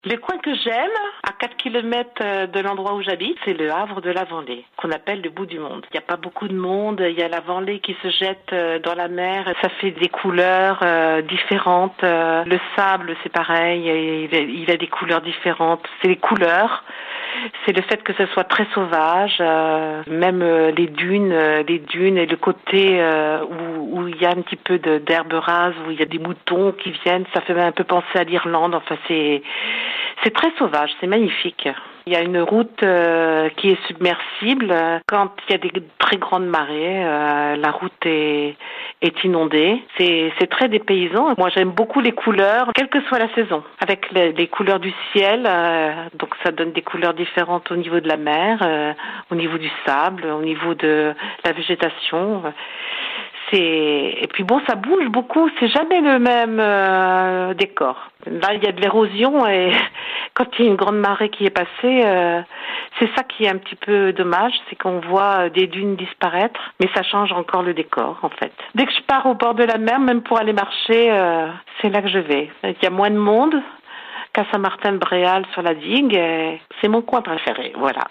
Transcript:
Le coin que j'aime, à 4 kilomètres de l'endroit où j'habite, c'est le Havre de la Venlée, qu'on appelle le bout du monde. Il n'y a pas beaucoup de monde, il y a la Venlée qui se jette dans la mer, ça fait des couleurs différentes. Le sable, c'est pareil, il a des couleurs différentes. C'est les couleurs, c'est le fait que ce soit très sauvage, même les dunes et le côté où il y a un petit peu d'herbe rase, où il y a des moutons qui viennent, ça fait un peu penser à l'Irlande. Enfin, c'est très sauvage, c'est magnifique. Il y a une route qui est submersible. Quand il y a des très grandes marées, la route est inondée. C'est très dépaysant. Moi, j'aime beaucoup les couleurs, quelle que soit la saison. Avec les couleurs du ciel, donc ça donne des couleurs différentes au niveau de la mer, au niveau du sable, au niveau de la végétation. Et puis bon, ça bouge beaucoup, c'est jamais le même décor. Là, il y a de l'érosion et quand il y a une grande marée qui est passée, c'est ça qui est un petit peu dommage, c'est qu'on voit des dunes disparaître, mais ça change encore le décor en fait. Dès que je pars au bord de la mer, même pour aller marcher, c'est là que je vais. Il y a moins de monde qu'à Saint-Martin-de-Bréal sur la digue, et c'est mon coin préféré, voilà.